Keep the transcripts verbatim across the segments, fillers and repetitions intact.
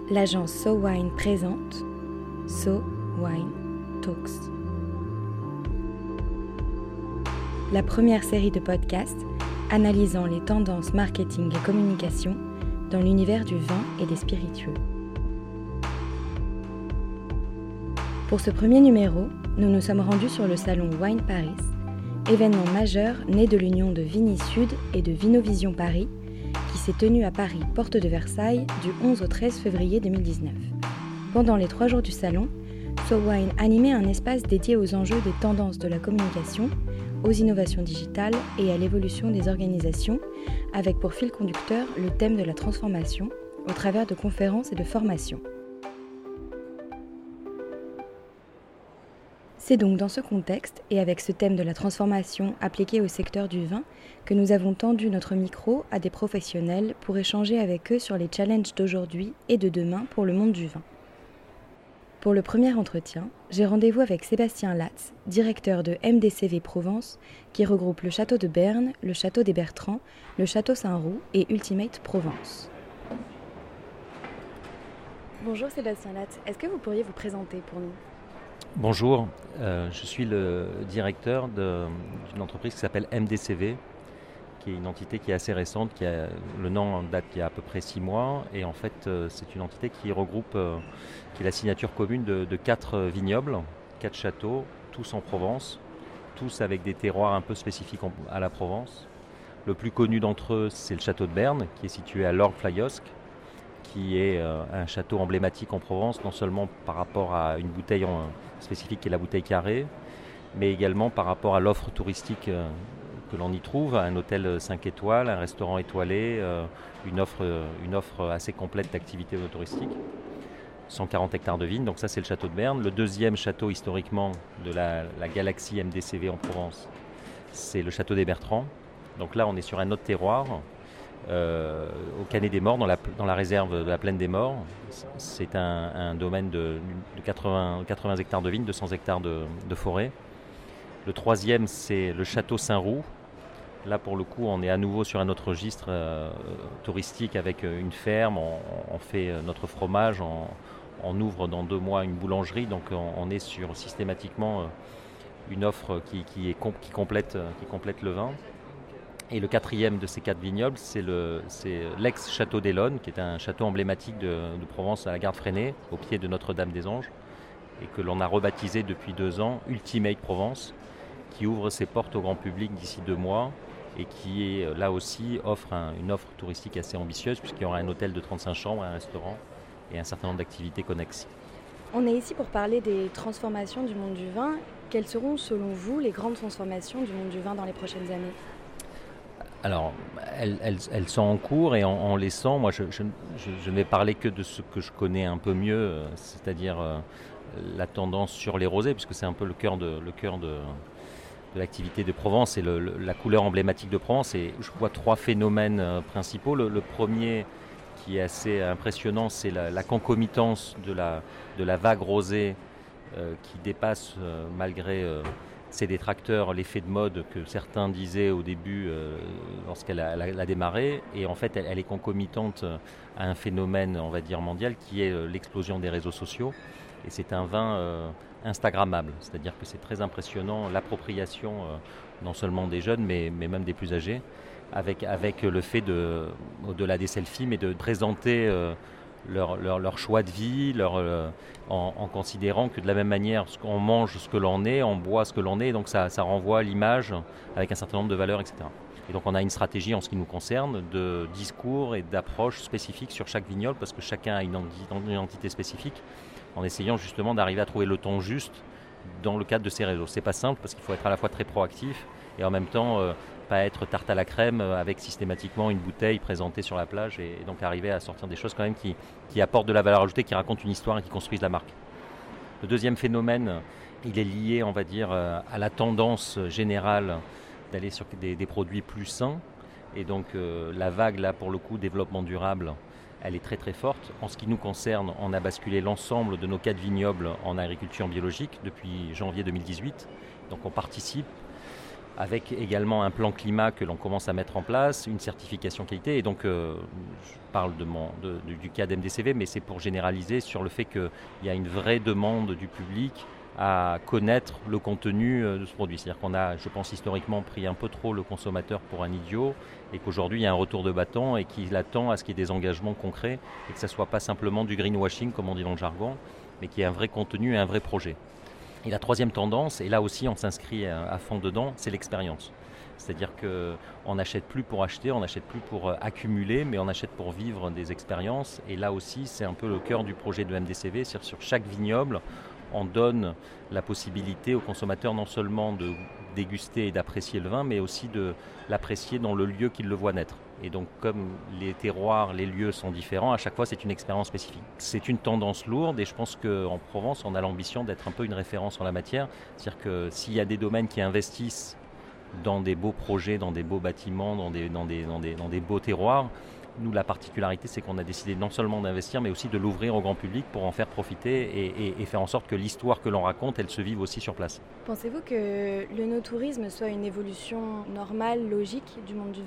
l'agence So Wine présente So Wine Talks. La première série de podcasts analysant les tendances marketing et communication dans l'univers du vin et des spiritueux. Pour ce premier numéro, nous nous sommes rendus sur le salon Wine Paris, événement majeur né de l'union de Vigny Sud et de Vinovision Paris, qui s'est tenu à Paris, porte de Versailles, du onze au treize février deux mille dix-neuf. Pendant les trois jours du salon, So Wine animait un espace dédié aux enjeux des tendances de la communication, aux innovations digitales et à l'évolution des organisations, avec pour fil conducteur le thème de la transformation, au travers de conférences et de formations. C'est donc dans ce contexte, et avec ce thème de la transformation appliqué au secteur du vin, que nous avons tendu notre micro à des professionnels pour échanger avec eux sur les challenges d'aujourd'hui et de demain pour le monde du vin. Pour le premier entretien, j'ai rendez-vous avec Sébastien Latz, directeur de M D C V Provence, qui regroupe le château de Berne, le château des Bertrands, le château Saint-Roux et Ultimate Provence. Bonjour Sébastien Latz, est-ce que vous pourriez vous présenter pour nous ? Bonjour, euh, je suis le directeur de, d'une entreprise qui s'appelle M D C V, qui est une entité qui est assez récente, qui a, le nom date il y a à peu près six mois, et en fait euh, c'est une entité qui regroupe, euh, qui est la signature commune de, de quatre vignobles, quatre châteaux, tous en Provence, tous avec des terroirs un peu spécifiques en, à la Provence. Le plus connu d'entre eux, c'est le château de Berne, qui est situé à Lorgues-Flayosque, qui est euh, un château emblématique en Provence, non seulement par rapport à une bouteille en, spécifique qui est la bouteille carrée, mais également par rapport à l'offre touristique euh, que l'on y trouve, un hôtel cinq étoiles, un restaurant étoilé, euh, une, offre, une offre assez complète d'activités touristiques, cent quarante hectares de vignes, donc ça c'est le château de Berne. Le deuxième château historiquement de la, la galaxie M D C V en Provence, c'est le château des Bertrands. Donc là on est sur un autre terroir, Euh, au Canet des Morts, dans la, dans la réserve de la Plaine des Morts. C'est un, un domaine de, de quatre-vingts, quatre-vingts hectares de vignes, deux cents hectares de, de forêt. Le troisième, c'est le château Saint-Roux. Là, pour le coup, on est à nouveau sur un autre registre euh, touristique avec une ferme. On, on fait notre fromage, on, on ouvre dans deux mois une boulangerie. Donc, on, on est sur systématiquement une offre qui, qui, est, qui, complète, qui complète le vin. Et le quatrième de ces quatre vignobles, c'est, le, c'est l'ex-château d'Élonne, qui est un château emblématique de, de Provence à la Garde Freinet, au pied de Notre-Dame-des-Anges, et que l'on a rebaptisé depuis deux ans Ultimate Provence, qui ouvre ses portes au grand public d'ici deux mois, et qui est, là aussi offre un, une offre touristique assez ambitieuse, puisqu'il y aura un hôtel de trente-cinq chambres, un restaurant et un certain nombre d'activités connexes. On est ici pour parler des transformations du monde du vin. Quelles seront, selon vous, les grandes transformations du monde du vin dans les prochaines années ? Alors, elles, elles, elles sont en cours et en, en laissant, moi je, je, je, je ne vais parler que de ce que je connais un peu mieux, c'est-à-dire euh, la tendance sur les rosés, puisque c'est un peu le cœur de, le cœur de, de l'activité de Provence et le, le, la couleur emblématique de Provence. Et je vois trois phénomènes euh, principaux. Le, le premier qui est assez impressionnant, c'est la, la concomitance de la, de la vague rosée euh, qui dépasse euh, malgré... Euh, ses détracteurs, l'effet de mode que certains disaient au début euh, lorsqu'elle a, elle a démarré. Et en fait, elle, elle est concomitante à un phénomène, on va dire, mondial, qui est euh, l'explosion des réseaux sociaux. Et c'est un vin euh, instagrammable, c'est-à-dire que c'est très impressionnant, l'appropriation euh, non seulement des jeunes, mais, mais même des plus âgés, avec, avec le fait, de, au-delà des selfies, mais de présenter... Euh, Leur, leur, leur choix de vie, leur, euh, en, en considérant que de la même manière, on mange ce que l'on est, on boit ce que l'on est, donc ça, ça renvoie à l'image avec un certain nombre de valeurs, et cetera. Et donc on a une stratégie en ce qui nous concerne de discours et d'approche spécifiques sur chaque vignoble, parce que chacun a une identité spécifique, en essayant justement d'arriver à trouver le ton juste dans le cadre de ces réseaux. C'est pas simple, parce qu'il faut être à la fois très proactif et en même temps... Euh, pas être tarte à la crème avec systématiquement une bouteille présentée sur la plage et, et donc arriver à sortir des choses quand même qui, qui apportent de la valeur ajoutée, qui racontent une histoire et qui construisent la marque. Le deuxième phénomène, il est lié, on va dire, à la tendance générale d'aller sur des, des produits plus sains et donc euh, la vague là pour le coup développement durable, elle est très très forte. En ce qui nous concerne, on a basculé l'ensemble de nos quatre vignobles en agriculture biologique depuis janvier deux mille dix-huit, donc on participe avec également un plan climat que l'on commence à mettre en place, une certification qualité. Et donc, euh, je parle de mon, de, du cas d'M D C V, mais c'est pour généraliser sur le fait qu'il y a une vraie demande du public à connaître le contenu de ce produit. C'est-à-dire qu'on a, je pense, historiquement pris un peu trop le consommateur pour un idiot et qu'aujourd'hui, il y a un retour de bâton et qu'il attend à ce qu'il y ait des engagements concrets et que ça ne soit pas simplement du greenwashing, comme on dit dans le jargon, mais qu'il y ait un vrai contenu et un vrai projet. Et la troisième tendance, et là aussi on s'inscrit à fond dedans, c'est l'expérience. C'est-à-dire qu'on n'achète plus pour acheter, on n'achète plus pour accumuler, mais on achète pour vivre des expériences. Et là aussi, c'est un peu le cœur du projet de M D C V, c'est-à-dire sur chaque vignoble, on donne la possibilité aux consommateurs non seulement de déguster et d'apprécier le vin, mais aussi de l'apprécier dans le lieu qu'ils le voient naître. Et donc, comme les terroirs, les lieux sont différents, à chaque fois, c'est une expérience spécifique. C'est une tendance lourde et je pense qu'en Provence, on a l'ambition d'être un peu une référence en la matière. C'est-à-dire que s'il y a des domaines qui investissent dans des beaux projets, dans des beaux bâtiments, dans des, dans des, dans des, dans des beaux terroirs, nous, la particularité, c'est qu'on a décidé non seulement d'investir, mais aussi de l'ouvrir au grand public pour en faire profiter et, et, et faire en sorte que l'histoire que l'on raconte, elle se vive aussi sur place. Pensez-vous que le no-tourisme soit une évolution normale, logique du monde du vin ?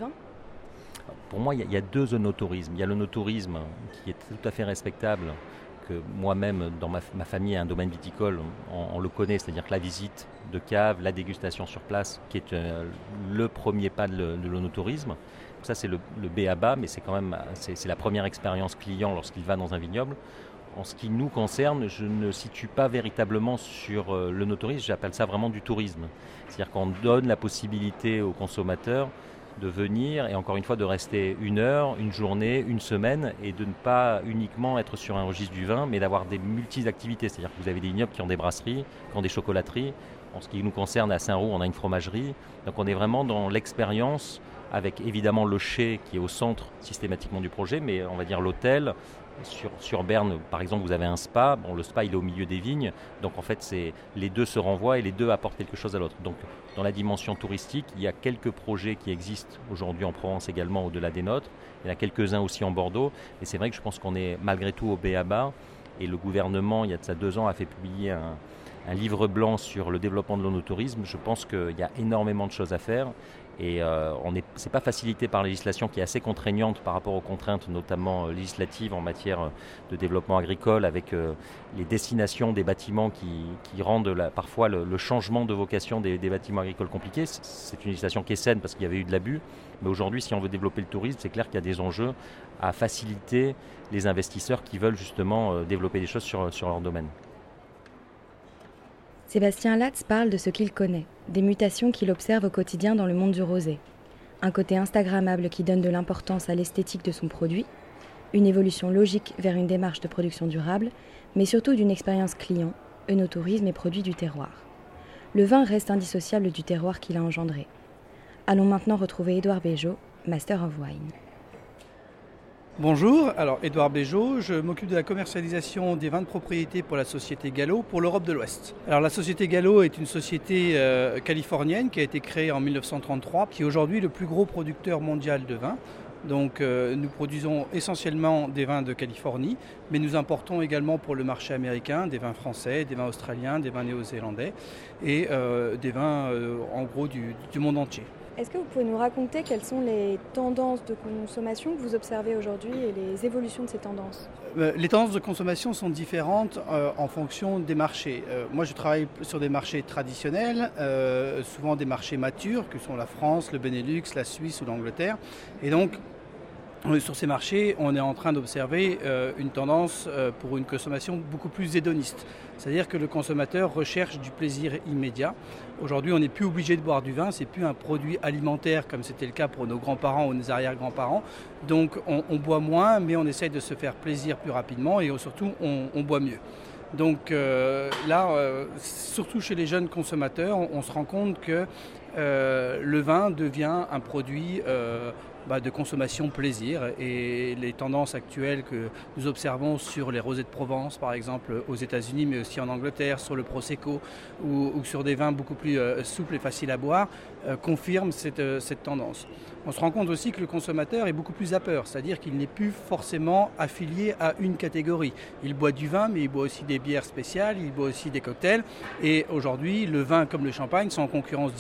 Pour moi, il y, y a deux no-tourismes. Il y a le no-tourisme qui est tout à fait respectable, que moi-même, dans ma, ma famille, un domaine viticole, on, on le connaît, c'est-à-dire que la visite de cave, la dégustation sur place, qui est euh, le premier pas de, de l'onotourisme. Ça, c'est le, le B A B A, mais c'est quand même c'est, c'est la première expérience client lorsqu'il va dans un vignoble. En ce qui nous concerne, je ne situe pas véritablement sur euh, le no-tourisme, j'appelle ça vraiment du tourisme. C'est-à-dire qu'on donne la possibilité aux consommateurs de venir et encore une fois de rester une heure, une journée, une semaine et de ne pas uniquement être sur un registre du vin mais d'avoir des multi-activités. C'est-à-dire que vous avez des vignobles qui ont des brasseries, qui ont des chocolateries. En ce qui nous concerne à Saint-Roux, on a une fromagerie. Donc on est vraiment dans l'expérience avec évidemment le chai qui est au centre systématiquement du projet, mais on va dire l'hôtel. Sur, sur Berne, par exemple, vous avez un spa. Bon, le spa, il est au milieu des vignes. Donc, en fait, c'est, les deux se renvoient et les deux apportent quelque chose à l'autre. Donc, dans la dimension touristique, il y a quelques projets qui existent aujourd'hui en Provence également, au-delà des nôtres. Il y en a quelques-uns aussi en Bordeaux. Et c'est vrai que je pense qu'on est malgré tout au B A B A. Et le gouvernement, il y a de ça deux ans, a fait publier un, un livre blanc sur le développement de l'onotourisme. Je pense qu'il y a énormément de choses à faire. Et euh, on est, c'est pas facilité par la législation qui est assez contraignante par rapport aux contraintes notamment euh, législatives en matière de développement agricole avec euh, les destinations des bâtiments qui, qui rendent la, parfois le, le changement de vocation des, des bâtiments agricoles compliqué. C'est, c'est une législation qui est saine parce qu'il y avait eu de l'abus. Mais aujourd'hui, si on veut développer le tourisme, c'est clair qu'il y a des enjeux à faciliter les investisseurs qui veulent justement euh, développer des choses sur, sur leur domaine. Sébastien Latz parle de ce qu'il connaît, des mutations qu'il observe au quotidien dans le monde du rosé. Un côté instagrammable qui donne de l'importance à l'esthétique de son produit, une évolution logique vers une démarche de production durable, mais surtout d'une expérience client, œnotourisme et produits du terroir. Le vin reste indissociable du terroir qu'il a engendré. Allons maintenant retrouver Édouard Béjot, Master of Wine. Bonjour, alors Édouard Béjot, je m'occupe de la commercialisation des vins de propriété pour la société Gallo pour l'Europe de l'Ouest. Alors la société Gallo est une société euh, californienne qui a été créée en dix-neuf cent trente-trois, qui est aujourd'hui le plus gros producteur mondial de vin. Donc euh, nous produisons essentiellement des vins de Californie, mais nous importons également pour le marché américain des vins français, des vins australiens, des vins néo-zélandais et euh, des vins euh, en gros du, du monde entier. Est-ce que vous pouvez nous raconter quelles sont les tendances de consommation que vous observez aujourd'hui et les évolutions de ces tendances ? Les tendances de consommation sont différentes euh, en fonction des marchés. Euh, moi, je travaille sur des marchés traditionnels, euh, souvent des marchés matures, que sont la France, le Benelux, la Suisse ou l'Angleterre. Et donc, sur ces marchés, on est en train d'observer euh, une tendance euh, pour une consommation beaucoup plus hédoniste. C'est-à-dire que le consommateur recherche du plaisir immédiat. Aujourd'hui, on n'est plus obligé de boire du vin, c'est plus un produit alimentaire comme c'était le cas pour nos grands-parents ou nos arrière-grands-parents. Donc on, on boit moins, mais on essaye de se faire plaisir plus rapidement et surtout on, on boit mieux. Donc euh, là, euh, surtout chez les jeunes consommateurs, on, on se rend compte que euh, le vin devient un produit euh, bah, de consommation plaisir et les tendances actuelles que nous observons sur les rosés de Provence, par exemple aux États-Unis, mais aussi en Angleterre, sur le Prosecco ou, ou sur des vins beaucoup plus euh, souples et faciles à boire, euh, confirment cette, euh, cette tendance. On se rend compte aussi que le consommateur est beaucoup plus zappeur, c'est-à-dire qu'il n'est plus forcément affilié à une catégorie. Il boit du vin, mais il boit aussi des bières spéciales, il boit aussi des cocktails. Et aujourd'hui, le vin comme le champagne sont en concurrence directe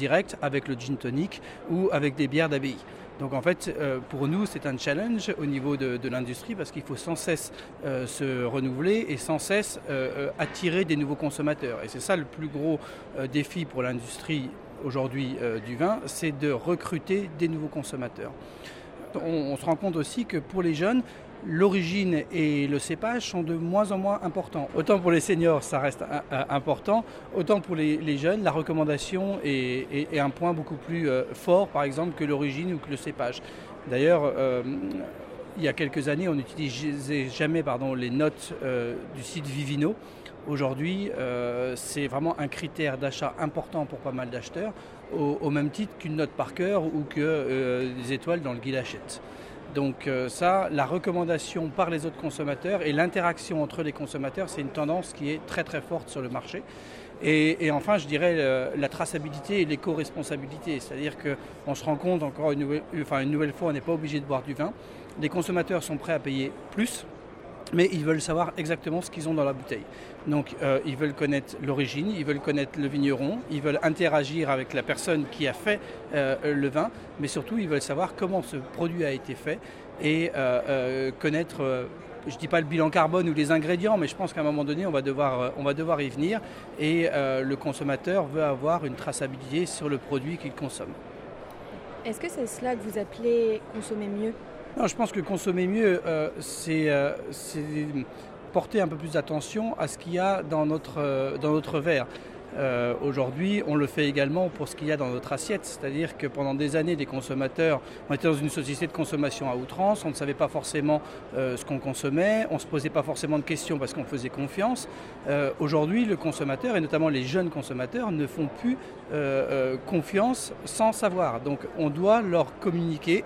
avec le gin tonic ou avec des bières d'abbaye. Donc en fait, euh, pour nous, c'est un challenge au niveau de, de l'industrie parce qu'il faut sans cesse euh, se renouveler et sans cesse euh, attirer des nouveaux consommateurs. Et c'est ça le plus gros euh, défi pour l'industrie aujourd'hui euh, du vin, c'est de recruter des nouveaux consommateurs. On, on se rend compte aussi que pour les jeunes, l'origine et le cépage sont de moins en moins importants. Autant pour les seniors, ça reste a, a, important, autant pour les, les jeunes, la recommandation est, est, est un point beaucoup plus euh, fort, par exemple, que l'origine ou que le cépage. D'ailleurs, euh, il y a quelques années, on n'utilisait jamais pardon, les notes euh, du site Vivino. Aujourd'hui, euh, c'est vraiment un critère d'achat important pour pas mal d'acheteurs, au, au même titre qu'une note par cœur ou que euh, des étoiles dans le guide Hachette. Donc euh, ça, la recommandation par les autres consommateurs et l'interaction entre les consommateurs, c'est une tendance qui est très très forte sur le marché. Et, et enfin, je dirais euh, la traçabilité et l'éco-responsabilité, c'est-à-dire qu'on se rend compte encore une nouvelle, enfin, une nouvelle fois, on n'est pas obligé de boire du vin. Les consommateurs sont prêts à payer plus, mais ils veulent savoir exactement ce qu'ils ont dans la bouteille. Donc euh, ils veulent connaître l'origine, ils veulent connaître le vigneron, ils veulent interagir avec la personne qui a fait euh, le vin, mais surtout ils veulent savoir comment ce produit a été fait et euh, euh, connaître, euh, je ne dis pas le bilan carbone ou les ingrédients, mais je pense qu'à un moment donné on va devoir, euh, on va devoir y venir et euh, le consommateur veut avoir une traçabilité sur le produit qu'il consomme. Est-ce que c'est cela que vous appelez consommer mieux ? Non, je pense que consommer mieux, euh, c'est, euh, c'est porter un peu plus d'attention à ce qu'il y a dans notre, euh, dans notre verre. Euh, aujourd'hui, on le fait également pour ce qu'il y a dans notre assiette, c'est-à-dire que pendant des années, les consommateurs, on était dans une société de consommation à outrance, on ne savait pas forcément euh, ce qu'on consommait, on ne se posait pas forcément de questions parce qu'on faisait confiance. Euh, aujourd'hui, le consommateur, et notamment les jeunes consommateurs, ne font plus euh, euh, confiance sans savoir. Donc on doit leur communiquer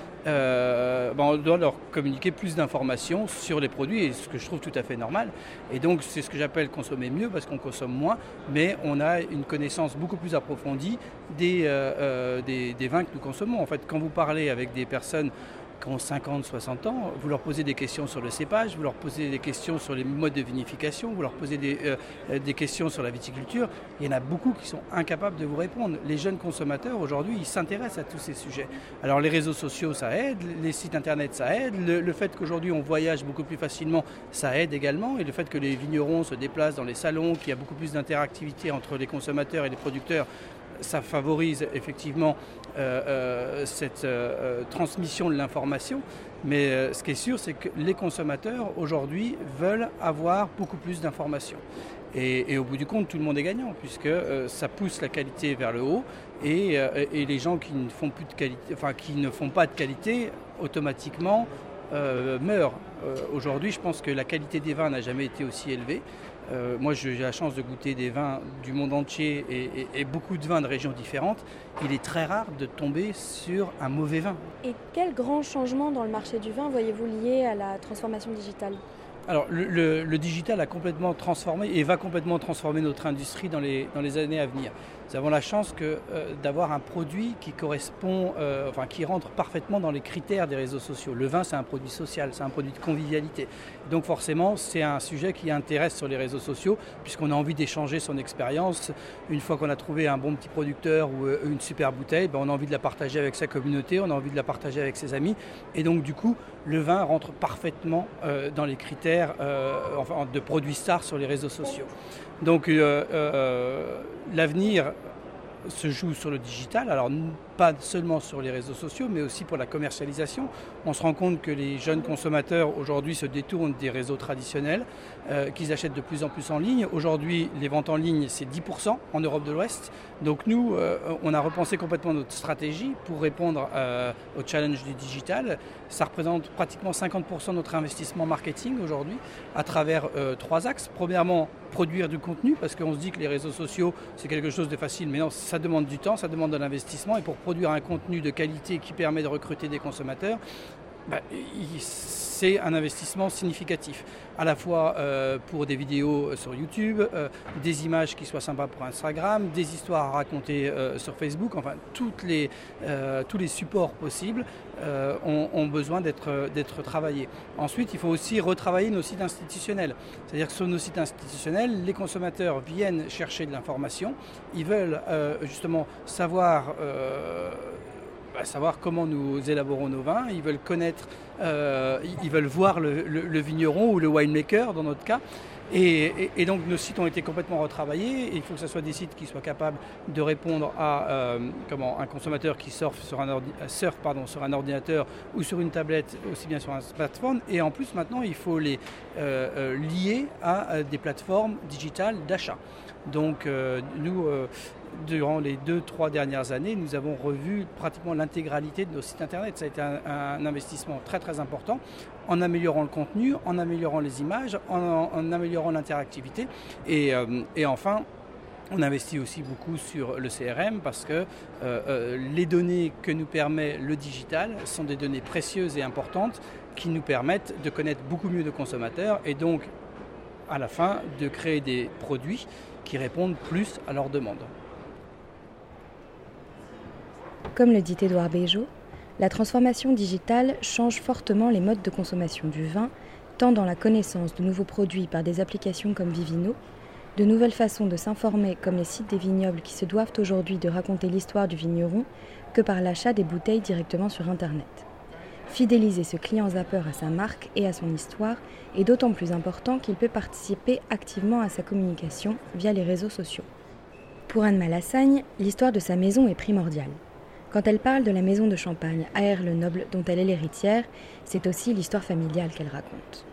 Euh, ben on doit leur communiquer plus d'informations sur les produits, et ce que je trouve tout à fait normal. Et donc c'est ce que j'appelle consommer mieux, parce qu'on consomme moins, mais on a une connaissance beaucoup plus approfondie des, euh, euh, des, des vins que nous consommons. En fait, quand vous parlez avec des personnes qui ont cinquante, soixante ans, vous leur posez des questions sur le cépage, vous leur posez des questions sur les modes de vinification, vous leur posez des, euh, des questions sur la viticulture. Il y en a beaucoup qui sont incapables de vous répondre. Les jeunes consommateurs, aujourd'hui, ils s'intéressent à tous ces sujets. Alors les réseaux sociaux, ça aide, les sites internet, ça aide, le, le fait qu'aujourd'hui on voyage beaucoup plus facilement, ça aide également, et le fait que les vignerons se déplacent dans les salons, qu'il y a beaucoup plus d'interactivité entre les consommateurs et les producteurs, ça favorise effectivement euh, euh, cette euh, transmission de l'information. Mais euh, ce qui est sûr, c'est que les consommateurs aujourd'hui veulent avoir beaucoup plus d'informations. Et, et au bout du compte, tout le monde est gagnant, puisque euh, ça pousse la qualité vers le haut, et, euh, et les gens qui ne font plus de qualité, enfin qui ne font pas de qualité, automatiquement euh, meurent. Euh, aujourd'hui, je pense que la qualité des vins n'a jamais été aussi élevée. Euh, moi, j'ai la chance de goûter des vins du monde entier et, et, et beaucoup de vins de régions différentes. Il est très rare de tomber sur un mauvais vin. Et quel grand changement dans le marché du vin voyez-vous lié à la transformation digitale ? Alors, le, le, le digital a complètement transformé et va complètement transformer notre industrie dans les, dans les années à venir. Nous avons la chance que, euh, d'avoir un produit qui correspond, euh, enfin qui rentre parfaitement dans les critères des réseaux sociaux. Le vin, c'est un produit social, c'est un produit de convivialité. Donc forcément, c'est un sujet qui intéresse sur les réseaux sociaux, puisqu'on a envie d'échanger son expérience. Une fois qu'on a trouvé un bon petit producteur ou euh, une super bouteille, ben, on a envie de la partager avec sa communauté, on a envie de la partager avec ses amis. Et donc du coup, le vin rentre parfaitement euh, dans les critères euh, enfin, de produits stars sur les réseaux sociaux. Donc euh, euh, l'avenir se joue sur le digital, alors pas seulement sur les réseaux sociaux, mais aussi pour la commercialisation. On se rend compte que les jeunes consommateurs aujourd'hui se détournent des réseaux traditionnels, euh, qu'ils achètent de plus en plus en ligne. Aujourd'hui, les ventes en ligne, c'est dix pour cent en Europe de l'Ouest. Donc nous, euh, on a repensé complètement notre stratégie pour répondre euh, au challenge du digital. Ça représente pratiquement cinquante pour cent de notre investissement marketing aujourd'hui, à travers euh, trois axes. Premièrement, produire du contenu, parce qu'on se dit que les réseaux sociaux, c'est quelque chose de facile, mais non, ça demande du temps, ça demande de l'investissement, et pour produire un contenu de qualité qui permet de recruter des consommateurs, bah, il, c'est un investissement significatif, à la fois euh, pour des vidéos sur YouTube, euh, des images qui soient sympas pour Instagram, des histoires à raconter euh, sur Facebook, enfin toutes les, euh, tous les supports possibles euh, ont, ont besoin d'être, d'être travaillés. Ensuite, il faut aussi retravailler nos sites institutionnels, c'est-à-dire que sur nos sites institutionnels, les consommateurs viennent chercher de l'information, ils veulent euh, justement savoir... Euh, À savoir comment nous élaborons nos vins, ils veulent connaître, euh, ils veulent voir le, le, le vigneron ou le winemaker dans notre cas. Et, et, et donc nos sites ont été complètement retravaillés. Et il faut que ce soit des sites qui soient capables de répondre à euh, comment, un consommateur qui surfe, sur un, ordi, surfe pardon, sur un ordinateur ou sur une tablette, aussi bien sur un smartphone. Et en plus maintenant il faut les euh, euh, lier à euh, des plateformes digitales d'achat. Donc euh, nous, euh, durant les deux, trois dernières années, nous avons revu pratiquement l'intégralité de nos sites internet. Ça a été un, un investissement très très important en améliorant le contenu, en améliorant les images, en, en améliorant l'interactivité. Et, euh, et enfin, on investit aussi beaucoup sur le C R M parce que euh, euh, les données que nous permet le digital sont des données précieuses et importantes qui nous permettent de connaître beaucoup mieux nos consommateurs et donc à la fin de créer des produits qui répondent plus à leurs demandes. Comme le dit Édouard Béjot, la transformation digitale change fortement les modes de consommation du vin, tant dans la connaissance de nouveaux produits par des applications comme Vivino, de nouvelles façons de s'informer comme les sites des vignobles qui se doivent aujourd'hui de raconter l'histoire du vigneron, que par l'achat des bouteilles directement sur Internet. Fidéliser ce client zapper à sa marque et à son histoire est d'autant plus important qu'il peut participer activement à sa communication via les réseaux sociaux. Pour Anne Malassagne, l'histoire de sa maison est primordiale. Quand elle parle de la maison de Champagne à Aire-le-Noble dont elle est l'héritière, c'est aussi l'histoire familiale qu'elle raconte.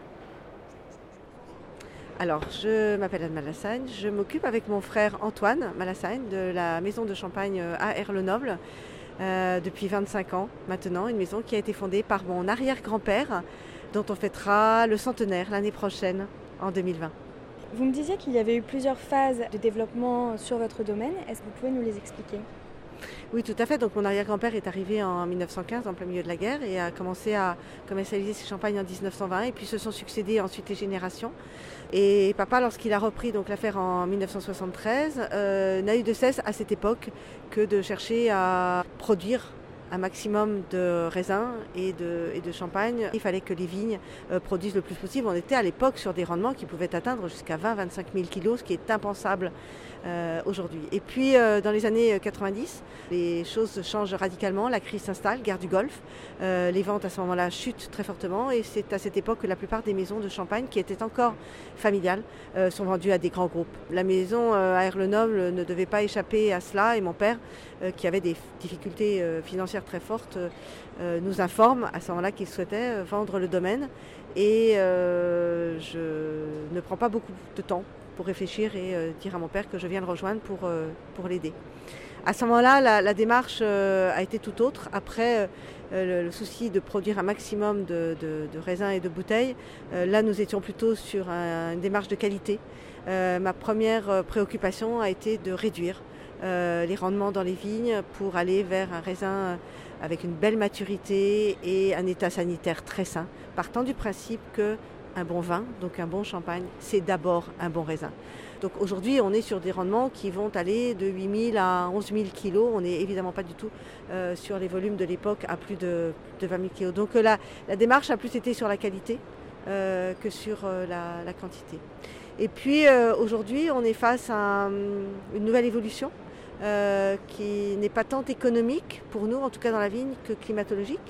Alors, je m'appelle Anne Malassagne, je m'occupe avec mon frère Antoine Malassagne de la maison de Champagne à Aire-le-Noble euh, depuis vingt-cinq ans maintenant, une maison qui a été fondée par mon arrière-grand-père dont on fêtera le centenaire l'année prochaine, en deux mille vingt. Vous me disiez qu'il y avait eu plusieurs phases de développement sur votre domaine, est-ce que vous pouvez nous les expliquer ? Oui, tout à fait. Donc mon arrière-grand-père est arrivé en mille neuf cent quinze, en plein milieu de la guerre, et a commencé à commercialiser ses champagnes en dix-neuf cent vingt. Et puis se sont succédés ensuite les générations. Et papa, lorsqu'il a repris donc l'affaire en mille neuf cent soixante-treize, euh, n'a eu de cesse à cette époque que de chercher à produire un maximum de raisins et de, et de champagne. Il fallait que les vignes euh, produisent le plus possible. On était à l'époque sur des rendements qui pouvaient atteindre jusqu'à vingt à vingt-cinq mille kilos, ce qui est impensable euh, aujourd'hui. Et puis euh, dans les années quatre-vingt-dix, les choses changent radicalement. La crise s'installe, guerre du Golfe. Euh, les ventes à ce moment-là chutent très fortement et c'est à cette époque que la plupart des maisons de champagne qui étaient encore familiales euh, sont vendues à des grands groupes. La maison euh, à Aire-le-Noble ne devait pas échapper à cela et mon père, euh, qui avait des difficultés euh, financières très forte, euh, nous informe à ce moment-là qu'il souhaitait euh, vendre le domaine et euh, je ne prends pas beaucoup de temps pour réfléchir et euh, dire à mon père que je viens le rejoindre pour, euh, pour l'aider. À ce moment-là, la, la démarche euh, a été tout autre. Après euh, le, le souci de produire un maximum de, de, de raisins et de bouteilles, euh, là nous étions plutôt sur un, une démarche de qualité. Euh, ma première préoccupation a été de réduire Euh, les rendements dans les vignes pour aller vers un raisin avec une belle maturité et un état sanitaire très sain, partant du principe qu'un bon vin, donc un bon champagne, c'est d'abord un bon raisin. Donc aujourd'hui, on est sur des rendements qui vont aller de huit mille à onze mille kilos. On n'est évidemment pas du tout euh, sur les volumes de l'époque à plus de, de vingt mille kilos. Donc la, la démarche a plus été sur la qualité euh, que sur euh, la, la quantité. Et puis euh, aujourd'hui, on est face à um, une nouvelle évolution. Euh, qui n'est pas tant économique pour nous, en tout cas dans la vigne, que climatologique.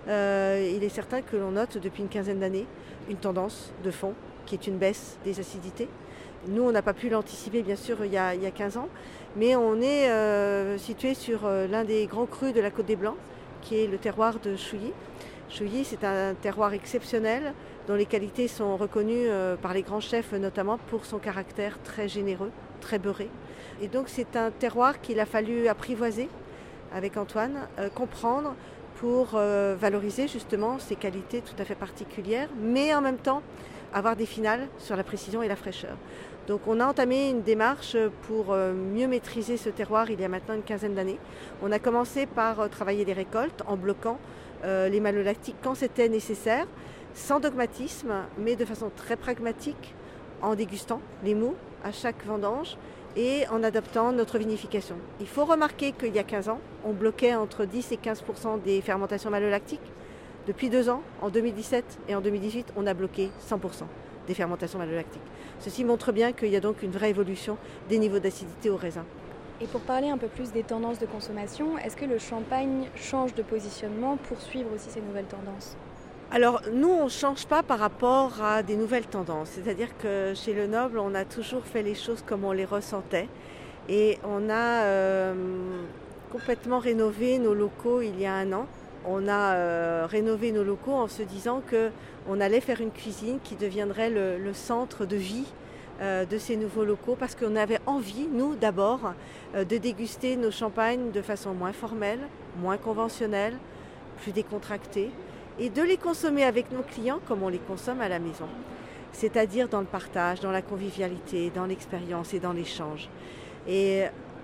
Euh, il est certain que l'on note depuis une quinzaine d'années une tendance de fond qui est une baisse des acidités. Nous, on n'a pas pu l'anticiper, bien sûr, il y a, il y a quinze ans, mais on est euh, situé sur euh, l'un des grands crus de la Côte des Blancs, qui est le terroir de Chouilly. Chouilly, c'est un terroir exceptionnel dont les qualités sont reconnues euh, par les grands chefs, notamment pour son caractère très généreux, très beurré. Et donc c'est un terroir qu'il a fallu apprivoiser avec Antoine, euh, comprendre pour euh, valoriser justement ses qualités tout à fait particulières, mais en même temps avoir des finales sur la précision et la fraîcheur. Donc on a entamé une démarche pour euh, mieux maîtriser ce terroir il y a maintenant une quinzaine d'années. On a commencé par euh, travailler les récoltes en bloquant euh, les malolactiques quand c'était nécessaire. sans dogmatisme, mais de façon très pragmatique, en dégustant les mous à chaque vendange et en adoptant notre vinification. Il faut remarquer qu'il y a quinze ans, on bloquait entre dix et quinze pour cent des fermentations malolactiques. Depuis deux ans, en deux mille dix-sept et en deux mille dix-huit, on a bloqué cent pour cent des fermentations malolactiques. Ceci montre bien qu'il y a donc une vraie évolution des niveaux d'acidité au raisin. Et pour parler un peu plus des tendances de consommation, est-ce que le champagne change de positionnement pour suivre aussi ces nouvelles tendances ? Alors nous, on ne change pas par rapport à des nouvelles tendances. C'est-à-dire que chez Le Noble, on a toujours fait les choses comme on les ressentait. Et on a euh, complètement rénové nos locaux il y a un an. On a euh, rénové nos locaux en se disant qu'on allait faire une cuisine qui deviendrait le, le centre de vie euh, de ces nouveaux locaux, parce qu'on avait envie, nous d'abord, euh, de déguster nos champagnes de façon moins formelle, moins conventionnelle, plus décontractée, et de les consommer avec nos clients comme on les consomme à la maison. C'est-à-dire dans le partage, dans la convivialité, dans l'expérience et dans l'échange. Et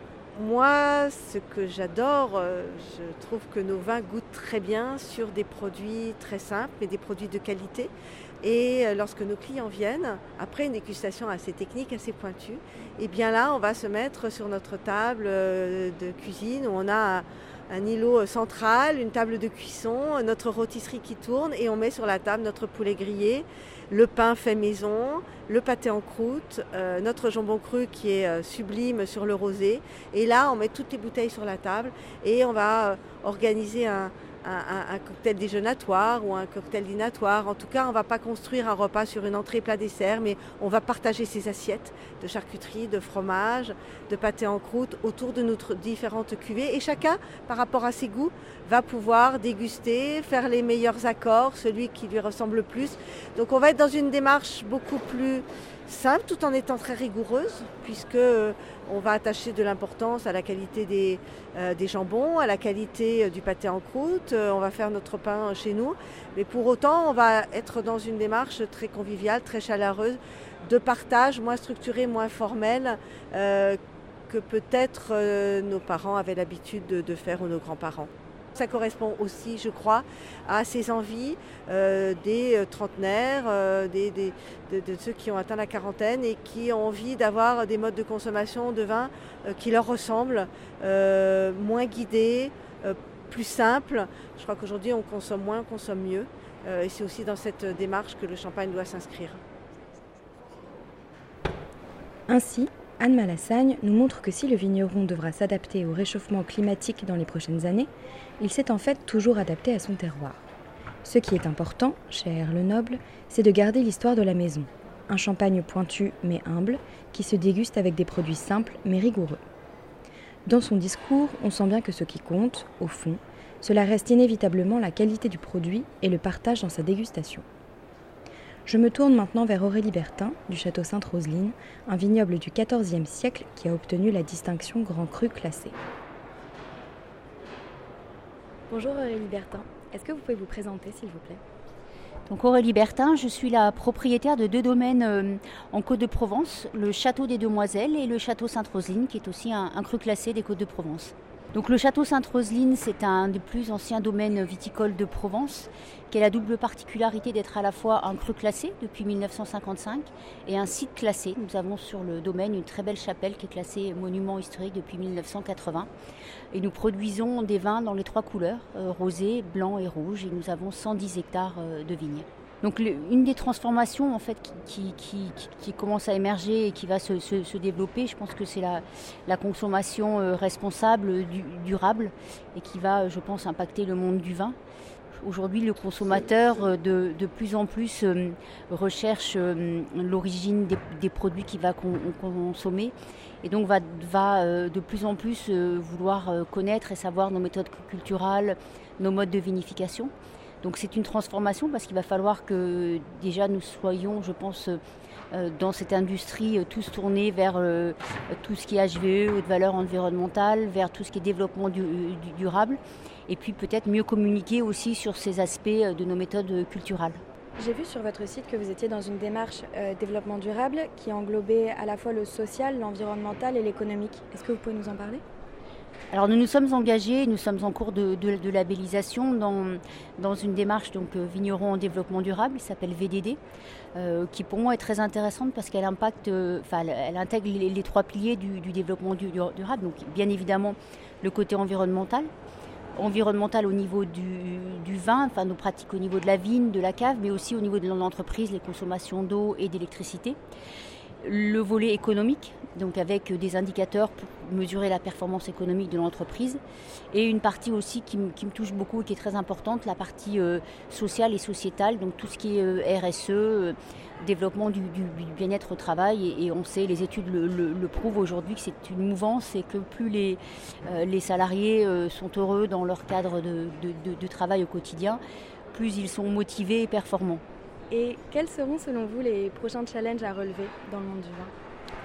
moi, ce que j'adore, je trouve que nos vins goûtent très bien sur des produits très simples, mais des produits de qualité. Et lorsque nos clients viennent, après une dégustation assez technique, assez pointue, et bien là, on va se mettre sur notre table de cuisine où on a un îlot central, une table de cuisson, notre rôtisserie qui tourne, et on met sur la table notre poulet grillé, le pain fait maison, le pâté en croûte, euh, notre jambon cru qui est euh, sublime sur le rosé. Et là, on met toutes les bouteilles sur la table et on va euh, organiser un, un, un cocktail déjeunatoire ou un cocktail dînatoire. En tout cas, on ne va pas construire un repas sur une entrée plat dessert, mais on va partager ces assiettes de charcuterie, de fromage, de pâté en croûte autour de nos différentes cuvées. Et chacun, par rapport à ses goûts, va pouvoir déguster, faire les meilleurs accords, celui qui lui ressemble le plus. Donc on va être dans une démarche beaucoup plus simple, tout en étant très rigoureuse, puisque euh, on va attacher de l'importance à la qualité des, euh, des jambons, à la qualité euh, du pâté en croûte. Euh, on va faire notre pain chez nous, mais pour autant, on va être dans une démarche très conviviale, très chaleureuse, de partage, moins structurée, moins formelle, euh, que peut-être euh, nos parents avaient l'habitude de, de faire ou nos grands-parents. Ça correspond aussi, je crois, à ces envies euh, des trentenaires, euh, des, des, de, de ceux qui ont atteint la quarantaine et qui ont envie d'avoir des modes de consommation de vin euh, qui leur ressemblent, euh, moins guidés, euh, plus simples. Je crois qu'aujourd'hui, on consomme moins, on consomme mieux. Euh, et c'est aussi dans cette démarche que le champagne doit s'inscrire. Ainsi, Anne Malassagne nous montre que si le vigneron devra s'adapter au réchauffement climatique dans les prochaines années, il s'est en fait toujours adapté à son terroir. Ce qui est important, chez Le Noble, c'est de garder l'histoire de la maison. Un champagne pointu mais humble, qui se déguste avec des produits simples mais rigoureux. Dans son discours, on sent bien que ce qui compte, au fond, cela reste inévitablement la qualité du produit et le partage dans sa dégustation. Je me tourne maintenant vers Aurélie Bertin, du château Sainte-Roseline, un vignoble du quatorzième siècle qui a obtenu la distinction Grand Cru classé. Bonjour Aurélie Bertin, est-ce que vous pouvez vous présenter s'il vous plaît ? Donc Aurélie Bertin, je suis la propriétaire de deux domaines euh, en Côte-de-Provence, le château des Demoiselles et le château Sainte-Roseline, qui est aussi un, un cru classé des Côtes-de-Provence. Donc le château Sainte-Roseline, c'est un des plus anciens domaines viticoles de Provence, qui a la double particularité d'être à la fois un cru classé depuis mille neuf cent cinquante-cinq et un site classé. Nous avons sur le domaine une très belle chapelle qui est classée monument historique depuis mille neuf cent quatre-vingts. Et nous produisons des vins dans les trois couleurs, euh, rosé, blanc et rouge, et nous avons cent dix hectares euh, de vignes. Donc le, une des transformations en fait qui, qui, qui, qui commence à émerger et qui va se, se, se développer, je pense que c'est la, la consommation euh, responsable, du, durable, et qui va, je pense, impacter le monde du vin. Aujourd'hui, le consommateur de, de plus en plus euh, recherche euh, l'origine des, des produits qu'il va con, consommer et donc va, va euh, de plus en plus euh, vouloir euh, connaître et savoir nos méthodes culturales, nos modes de vinification. Donc c'est une transformation parce qu'il va falloir que déjà nous soyons, je pense, euh, dans cette industrie euh, tous tournés vers euh, tout ce qui est H V E, haute valeur environnementale, vers tout ce qui est développement du, du, durable, et puis peut-être mieux communiquer aussi sur ces aspects de nos méthodes culturelles. J'ai vu sur votre site que vous étiez dans une démarche euh, développement durable qui englobait à la fois le social, l'environnemental et l'économique. Est-ce que vous pouvez nous en parler ? Alors nous nous sommes engagés, nous sommes en cours de, de, de labellisation dans, dans une démarche donc euh, vigneron en développement durable, qui s'appelle V D D, euh, qui pour moi est très intéressante parce qu'elle impacte, euh, enfin, elle, elle intègre les, les trois piliers du, du développement du, durable. Donc bien évidemment le côté environnemental, environnemental au niveau du, du vin, enfin nos pratiques au niveau de la vigne, de la cave, mais aussi au niveau de l'entreprise, les consommations d'eau et d'électricité. Le volet économique, donc avec des indicateurs pour mesurer la performance économique de l'entreprise, et une partie aussi qui, m- qui me touche beaucoup et qui est très importante, la partie euh, sociale et sociétale, donc tout ce qui est euh, R S E, euh, développement du, du, du bien-être au travail, et, et on sait, les études le, le, le prouvent aujourd'hui, que c'est une mouvance et que plus les, euh, les salariés euh, sont heureux dans leur cadre de, de, de, de travail au quotidien, plus ils sont motivés et performants. Et quels seront selon vous les prochains challenges à relever dans le monde du vin ?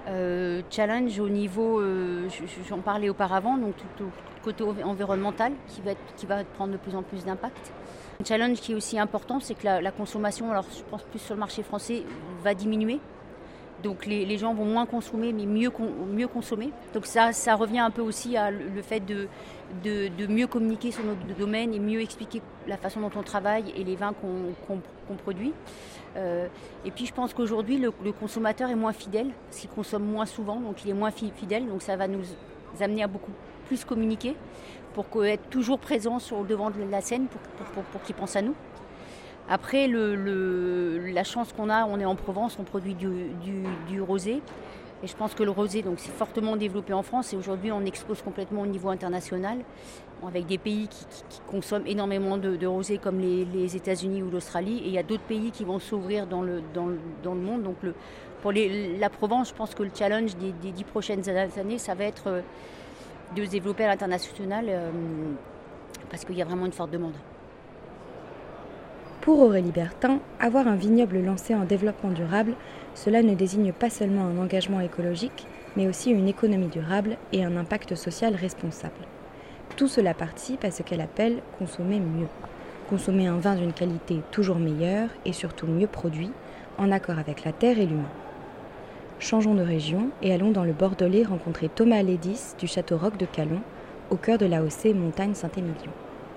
Euh, challenge au niveau, euh, j'en parlais auparavant, donc tout au côté environnemental qui va, être, qui va prendre de plus en plus d'impact. Un challenge qui est aussi important, c'est que la, la consommation, alors je pense plus sur le marché français, va diminuer. Donc les, les gens vont moins consommer, mais mieux, mieux consommer. Donc ça, ça revient un peu aussi à le, le fait de, de, de mieux communiquer sur notre domaine et mieux expliquer la façon dont on travaille et les vins qu'on, qu'on, qu'on produit. Euh, et puis je pense qu'aujourd'hui, le, le consommateur est moins fidèle, parce qu'il consomme moins souvent, donc il est moins fi- fidèle. Donc ça va nous amener à beaucoup plus communiquer pour être toujours présent sur le devant de la scène, pour, pour, pour, pour qu'il pense à nous. Après, le, le, la chance qu'on a, on est en Provence, on produit du, du, du rosé. Et je pense que le rosé, donc, c'est fortement développé en France. Et aujourd'hui, on expose complètement au niveau international, avec des pays qui, qui, qui consomment énormément de, de rosé, comme les, les États-Unis ou l'Australie. Et il y a d'autres pays qui vont s'ouvrir dans le, dans le, dans le monde. Donc, le, pour les, la Provence, je pense que le challenge des, des dix prochaines années, ça va être de se développer à l'international, euh, parce qu'il y a vraiment une forte demande. Pour Aurélie Bertin, avoir un vignoble lancé en développement durable, cela ne désigne pas seulement un engagement écologique, mais aussi une économie durable et un impact social responsable. Tout cela participe à ce qu'elle appelle consommer mieux. Consommer un vin d'une qualité toujours meilleure et surtout mieux produit, en accord avec la terre et l'humain. Changeons de région et allons dans le Bordelais rencontrer Thomas Lédis du Château Roques de Calon, au cœur de l'A O C Montagne Saint-Émilion.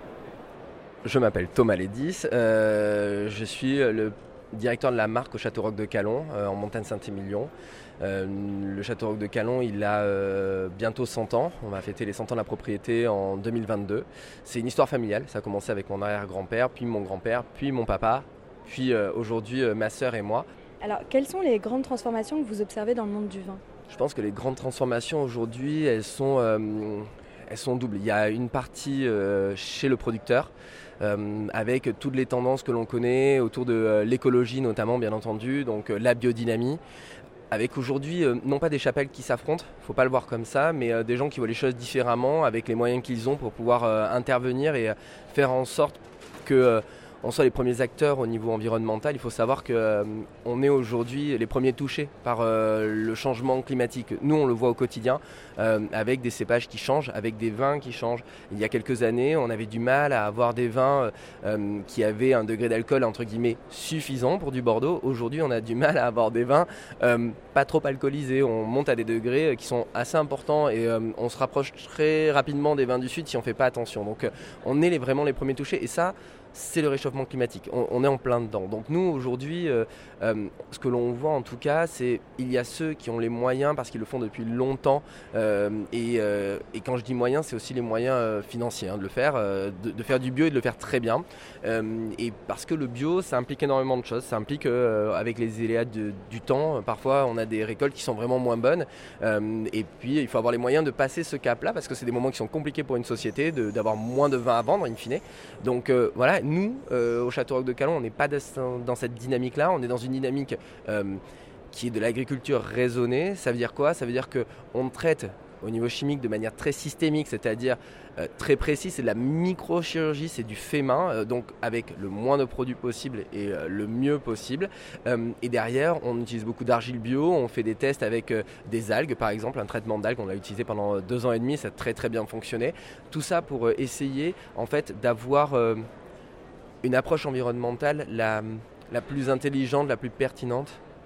Je m'appelle Thomas Lédis, euh, je suis le directeur de la marque au Château Roques de Calon, euh, en Montagne Saint-Émilion. Euh, le Château Roques de Calon, il a euh, bientôt cent ans, on va fêter les cent ans de la propriété en deux mille vingt-deux. C'est une histoire familiale, ça a commencé avec mon arrière-grand-père, puis mon grand-père, puis mon papa, puis euh, aujourd'hui euh, ma sœur et moi. Alors, quelles sont les grandes transformations que vous observez dans le monde du vin ? Je pense que les grandes transformations aujourd'hui, elles sont, euh, elles sont doubles. Il y a une partie euh, chez le producteur, Euh, avec toutes les tendances que l'on connaît autour de euh, l'écologie notamment, bien entendu, donc euh, la biodynamie, avec aujourd'hui euh, non pas des chapelles qui s'affrontent, il ne faut pas le voir comme ça, mais euh, des gens qui voient les choses différemment avec les moyens qu'ils ont pour pouvoir euh, intervenir et euh, faire en sorte que euh, on soit les premiers acteurs au niveau environnemental. Il faut savoir qu'on euh, est aujourd'hui les premiers touchés par euh, le changement climatique. Nous, on le voit au quotidien, euh, avec des cépages qui changent, avec des vins qui changent. Il y a quelques années, on avait du mal à avoir des vins euh, qui avaient un degré d'alcool, entre guillemets, suffisant pour du Bordeaux. Aujourd'hui, on a du mal à avoir des vins euh, pas trop alcoolisés. On monte à des degrés qui sont assez importants et euh, on se rapproche très rapidement des vins du Sud si on ne fait pas attention. Donc, euh, on est les, vraiment les premiers touchés. Et ça, c'est le réchauffement climatique, on, on est en plein dedans. Donc nous aujourd'hui, euh, euh, ce que l'on voit en tout cas, c'est il y a ceux qui ont les moyens parce qu'ils le font depuis longtemps euh, et, euh, et quand je dis moyens, c'est aussi les moyens euh, financiers hein, de le faire, euh, de, de faire du bio et de le faire très bien. Euh, et parce que le bio, ça implique énormément de choses, ça implique euh, avec les aléas de, du temps, parfois on a des récoltes qui sont vraiment moins bonnes euh, et puis il faut avoir les moyens de passer ce cap-là parce que c'est des moments qui sont compliqués pour une société, de, d'avoir moins de vin à vendre in fine. Donc euh, voilà. Nous, euh, au Château Roques de Calon, on n'est pas dans cette dynamique-là, on est dans une dynamique euh, qui est de l'agriculture raisonnée. Ça veut dire quoi ? Ça veut dire qu'on traite au niveau chimique de manière très systémique, c'est-à-dire euh, très précis, c'est de la microchirurgie, c'est du fait main, euh, donc avec le moins de produits possible et euh, le mieux possible. Euh, et derrière, on utilise beaucoup d'argile bio, on fait des tests avec euh, des algues, par exemple, un traitement d'algues, on l'a utilisé pendant deux ans et demi, ça a très très bien fonctionné. Tout ça pour euh, essayer en fait d'avoir euh, une approche environnementale la, la plus intelligente, la plus pertinente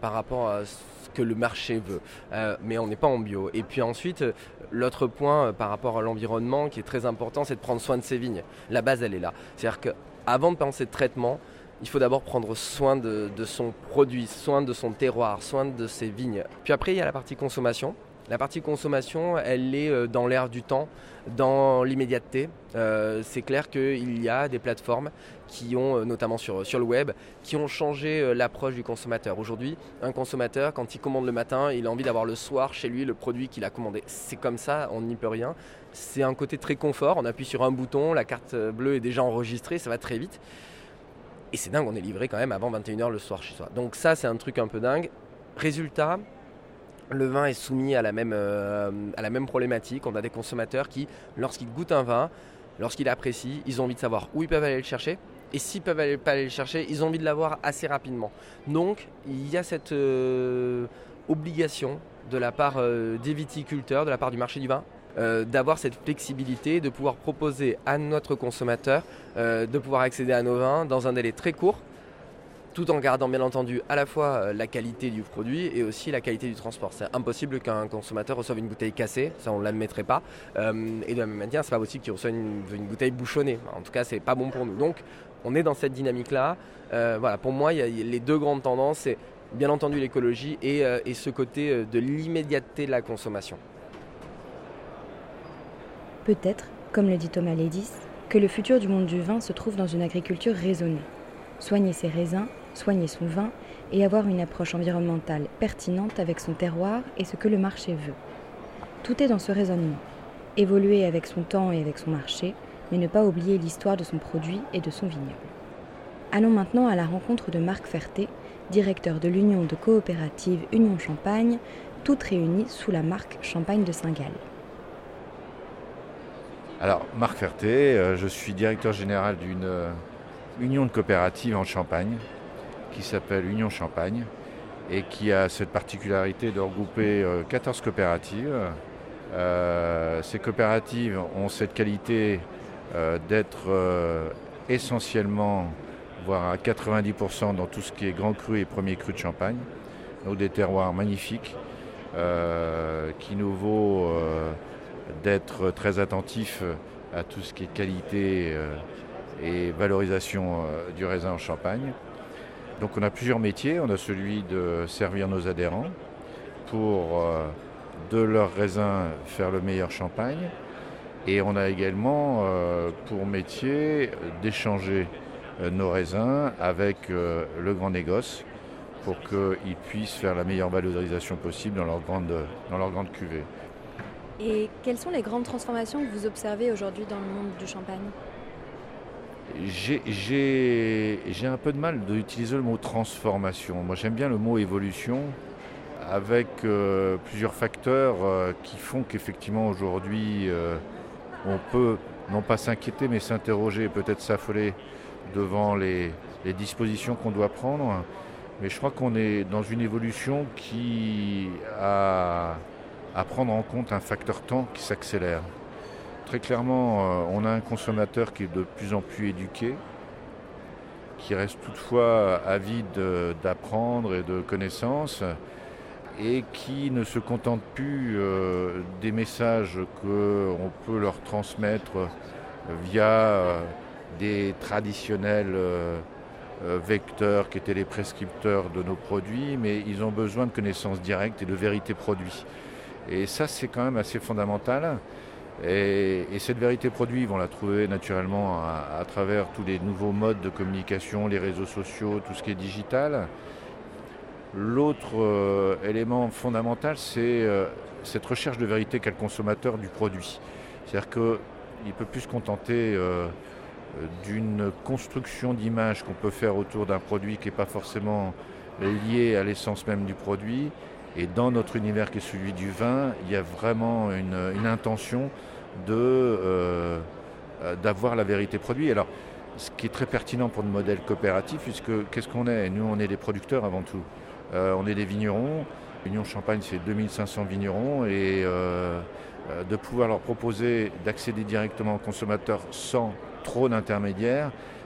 par rapport à ce que le marché veut, euh, mais on n'est pas en bio. Et puis ensuite, l'autre point euh, par rapport à l'environnement qui est très important, c'est de prendre soin de ses vignes. La base, elle est là. C'est-à-dire qu'avant de penser de traitement, il faut d'abord prendre soin de, de son produit, soin de son terroir, soin de ses vignes. Puis après, il y a la partie consommation. La partie consommation, elle est dans l'air du temps, dans l'immédiateté. Euh, c'est clair qu'il y a des plateformes qui ont, notamment sur, sur le web, qui ont changé l'approche du consommateur. Aujourd'hui, un consommateur, quand il commande le matin, il a envie d'avoir le soir chez lui le produit qu'il a commandé. C'est comme ça, on n'y peut rien. C'est un côté très confort. On appuie sur un bouton, la carte bleue est déjà enregistrée, ça va très vite. Et c'est dingue, on est livré quand même avant vingt et une heures le soir chez soi. Donc ça, c'est un truc un peu dingue. Résultat, le vin est soumis à la même, euh, à la même problématique. On a des consommateurs qui, lorsqu'ils goûtent un vin, lorsqu'ils apprécient, ils ont envie de savoir où ils peuvent aller le chercher. Et s'ils ne peuvent aller, pas aller le chercher, ils ont envie de l'avoir assez rapidement. Donc, il y a cette euh, obligation de la part euh, des viticulteurs, de la part du marché du vin, euh, d'avoir cette flexibilité, de pouvoir proposer à notre consommateur euh, de pouvoir accéder à nos vins dans un délai très court, tout en gardant bien entendu à la fois la qualité du produit et aussi la qualité du transport. C'est impossible qu'un consommateur reçoive une bouteille cassée, ça on ne l'admettrait pas. Euh, et de la même manière, c'est pas possible qu'il reçoive une, une bouteille bouchonnée. En tout cas, c'est pas bon pour nous. Donc, on est dans cette dynamique-là. Euh, voilà, pour moi, il y a les deux grandes tendances, c'est bien entendu l'écologie et, euh, et ce côté de l'immédiateté de la consommation. Peut-être, comme le dit Thomas Ledis, que le futur du monde du vin se trouve dans une agriculture raisonnée. Soigner ses raisins, soigner son vin et avoir une approche environnementale pertinente avec son terroir et ce que le marché veut. Tout est dans ce raisonnement. Évoluer avec son temps et avec son marché, mais ne pas oublier l'histoire de son produit et de son vignoble. Allons maintenant à la rencontre de Marc Ferté, directeur de l'Union de coopérative Union Champagne, toutes réunies sous la marque Champagne de Saint-Gall. Alors, Marc Ferté, euh, je suis directeur général d'une euh, union de coopératives en Champagne qui s'appelle Union Champagne et qui a cette particularité de regrouper euh, quatorze coopératives. Euh, ces coopératives ont cette qualité euh, d'être euh, essentiellement, voire à quatre-vingt-dix pour cent dans tout ce qui est grand cru et premier cru de Champagne. Donc des terroirs magnifiques euh, qui nous vaut euh, d'être très attentifs à tout ce qui est qualité euh, et valorisation euh, du raisin en Champagne. Donc on a plusieurs métiers. On a celui de servir nos adhérents pour euh, de leur raisin faire le meilleur champagne. Et on a également euh, pour métier d'échanger euh, nos raisins avec euh, le grand négoce pour qu'ils puissent faire la meilleure valorisation possible dans leur grande, dans leur grande cuvée. Et quelles sont les grandes transformations que vous observez aujourd'hui dans le monde du champagne ? J'ai, j'ai, j'ai un peu de mal d'utiliser le mot transformation. Moi j'aime bien le mot évolution avec euh, plusieurs facteurs euh, qui font qu'effectivement aujourd'hui euh, on peut non pas s'inquiéter mais s'interroger et peut-être s'affoler devant les, les dispositions qu'on doit prendre. Mais je crois qu'on est dans une évolution qui a à prendre en compte un facteur temps qui s'accélère. Très clairement, on a un consommateur qui est de plus en plus éduqué, qui reste toutefois avide d'apprendre et de connaissances et qui ne se contente plus euh, des messages qu'on peut leur transmettre via euh, des traditionnels euh, vecteurs qui étaient les prescripteurs de nos produits, mais ils ont besoin de connaissances directes et de vérité produit. Et ça, c'est quand même assez fondamental. Et, et cette vérité produit, ils vont la trouver naturellement à, à travers tous les nouveaux modes de communication, les réseaux sociaux, tout ce qui est digital. L'autre euh, élément fondamental, c'est euh, cette recherche de vérité qu'a le consommateur du produit. C'est-à-dire qu'il ne peut plus se contenter euh, d'une construction d'image qu'on peut faire autour d'un produit qui n'est pas forcément lié à l'essence même du produit. Et dans notre univers qui est celui du vin, il y a vraiment une, une intention de, euh, d'avoir la vérité produit. Alors, ce qui est très pertinent pour le modèle coopératif, puisque qu'est-ce qu'on est ? Nous, on est des producteurs avant tout. Euh, on est des vignerons. Union Champagne, c'est deux mille cinq cents vignerons. Et euh, de pouvoir leur proposer d'accéder directement aux consommateurs sans trop d'intermédiaires,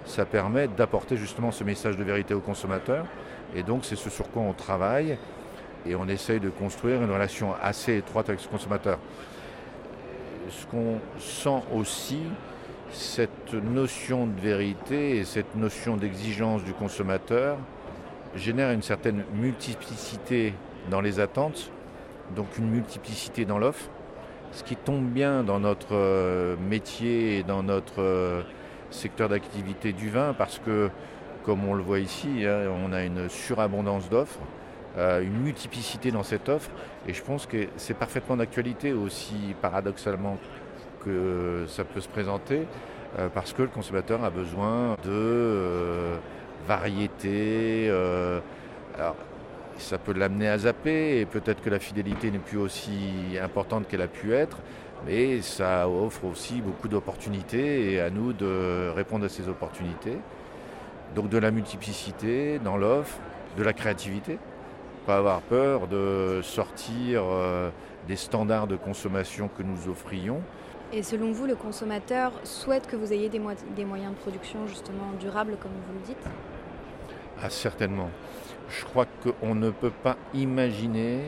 ça permet d'apporter justement ce message de vérité au consommateur. Et donc c'est ce sur quoi on travaille et on essaye de construire une relation assez étroite avec ce consommateur. Ce qu'on sent aussi, cette notion de vérité et cette notion d'exigence du consommateur génère une certaine multiplicité dans les attentes, donc une multiplicité dans l'offre, ce qui tombe bien dans notre métier et dans notre secteur d'activité du vin parce que, comme on le voit ici, hein, on a une surabondance d'offres, euh, une multiplicité dans cette offre et je pense que c'est parfaitement d'actualité aussi paradoxalement que ça peut se présenter euh, parce que le consommateur a besoin de euh, variété. Euh, alors, ça peut l'amener à zapper et peut-être que la fidélité n'est plus aussi importante qu'elle a pu être, mais ça offre aussi beaucoup d'opportunités et à nous de répondre à ces opportunités. Donc de la multiplicité dans l'offre, de la créativité, pas avoir peur de sortir euh, des standards de consommation que nous offrions. Et selon vous, le consommateur souhaite que vous ayez des, mo- des moyens de production justement durables, comme vous le dites ? Ah, certainement. Je crois qu'on ne peut pas imaginer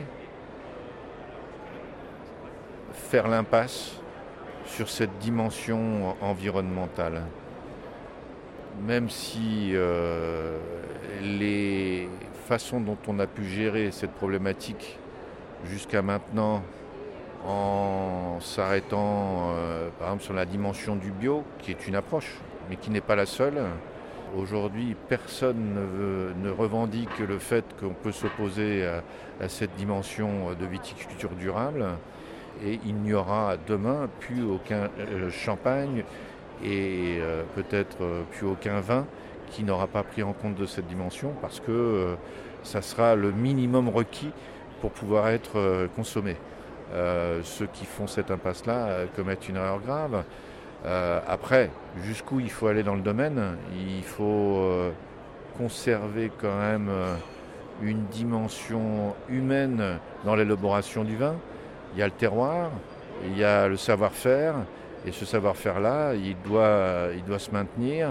faire l'impasse sur cette dimension environnementale. Même si euh, les façons dont on a pu gérer cette problématique jusqu'à maintenant, en s'arrêtant euh, par exemple sur la dimension du bio, qui est une approche, mais qui n'est pas la seule. Aujourd'hui, personne ne, veut, ne revendique le fait qu'on peut s'opposer à, à cette dimension de viticulture durable. Et il n'y aura demain plus aucun euh, champagne et euh, peut-être euh, plus aucun vin qui n'aura pas pris en compte de cette dimension parce que euh, ça sera le minimum requis pour pouvoir être euh, consommé. Euh, ceux qui font cette impasse-là euh, commettent une erreur grave. Euh, après, jusqu'où il faut aller dans le domaine, il faut euh, conserver quand même euh, une dimension humaine dans l'élaboration du vin. Il y a le terroir, il y a le savoir-faire, et ce savoir-faire-là, il doit, il doit se maintenir.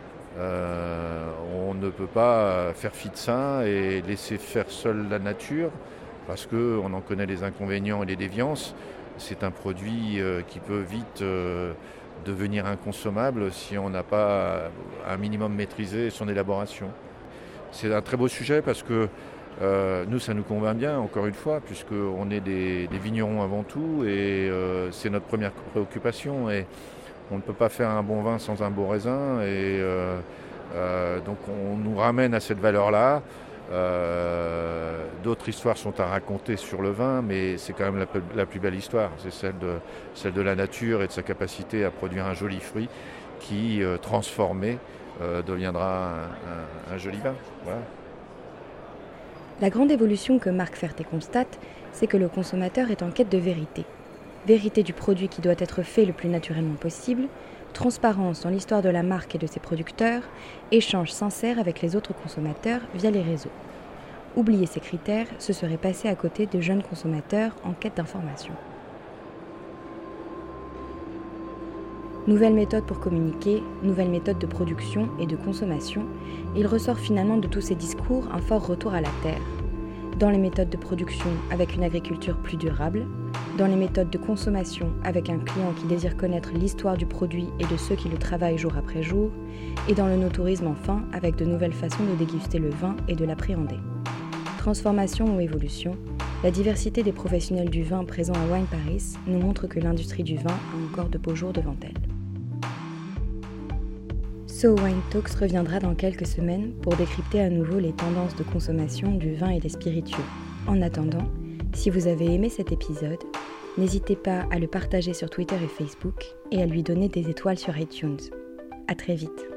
Euh, on ne peut pas faire fi de ça et laisser faire seule la nature, parce qu'on en connaît les inconvénients et les déviances. C'est un produit euh, qui peut vite euh, devenir inconsommable si on n'a pas un minimum maîtrisé son élaboration. C'est un très beau sujet parce que Euh, nous, ça nous convainc bien, encore une fois, puisqu'on est des, des vignerons avant tout et euh, c'est notre première préoccupation. Et on ne peut pas faire un bon vin sans un beau raisin. Et euh, euh, donc, on nous ramène à cette valeur-là. Euh, d'autres histoires sont à raconter sur le vin, mais c'est quand même la, la plus belle histoire. C'est celle de, celle de la nature et de sa capacité à produire un joli fruit qui, euh, transformé, euh, deviendra un, un, un joli vin. Voilà. La grande évolution que Marc Ferté constate, c'est que le consommateur est en quête de vérité. Vérité du produit qui doit être fait le plus naturellement possible, transparence dans l'histoire de la marque et de ses producteurs, échange sincère avec les autres consommateurs via les réseaux. Oublier ces critères, ce serait passer à côté de jeunes consommateurs en quête d'information. Nouvelle méthode pour communiquer, nouvelle méthode de production et de consommation, il ressort finalement de tous ces discours un fort retour à la terre. Dans les méthodes de production avec une agriculture plus durable, dans les méthodes de consommation avec un client qui désire connaître l'histoire du produit et de ceux qui le travaillent jour après jour, et dans le no-tourisme enfin avec de nouvelles façons de déguster le vin et de l'appréhender. Transformation ou évolution, la diversité des professionnels du vin présents à Wine Paris nous montre que l'industrie du vin a encore de beaux jours devant elle. So Wine Talks reviendra dans quelques semaines pour décrypter à nouveau les tendances de consommation du vin et des spiritueux. En attendant, si vous avez aimé cet épisode, n'hésitez pas à le partager sur Twitter et Facebook et à lui donner des étoiles sur iTunes. À très vite.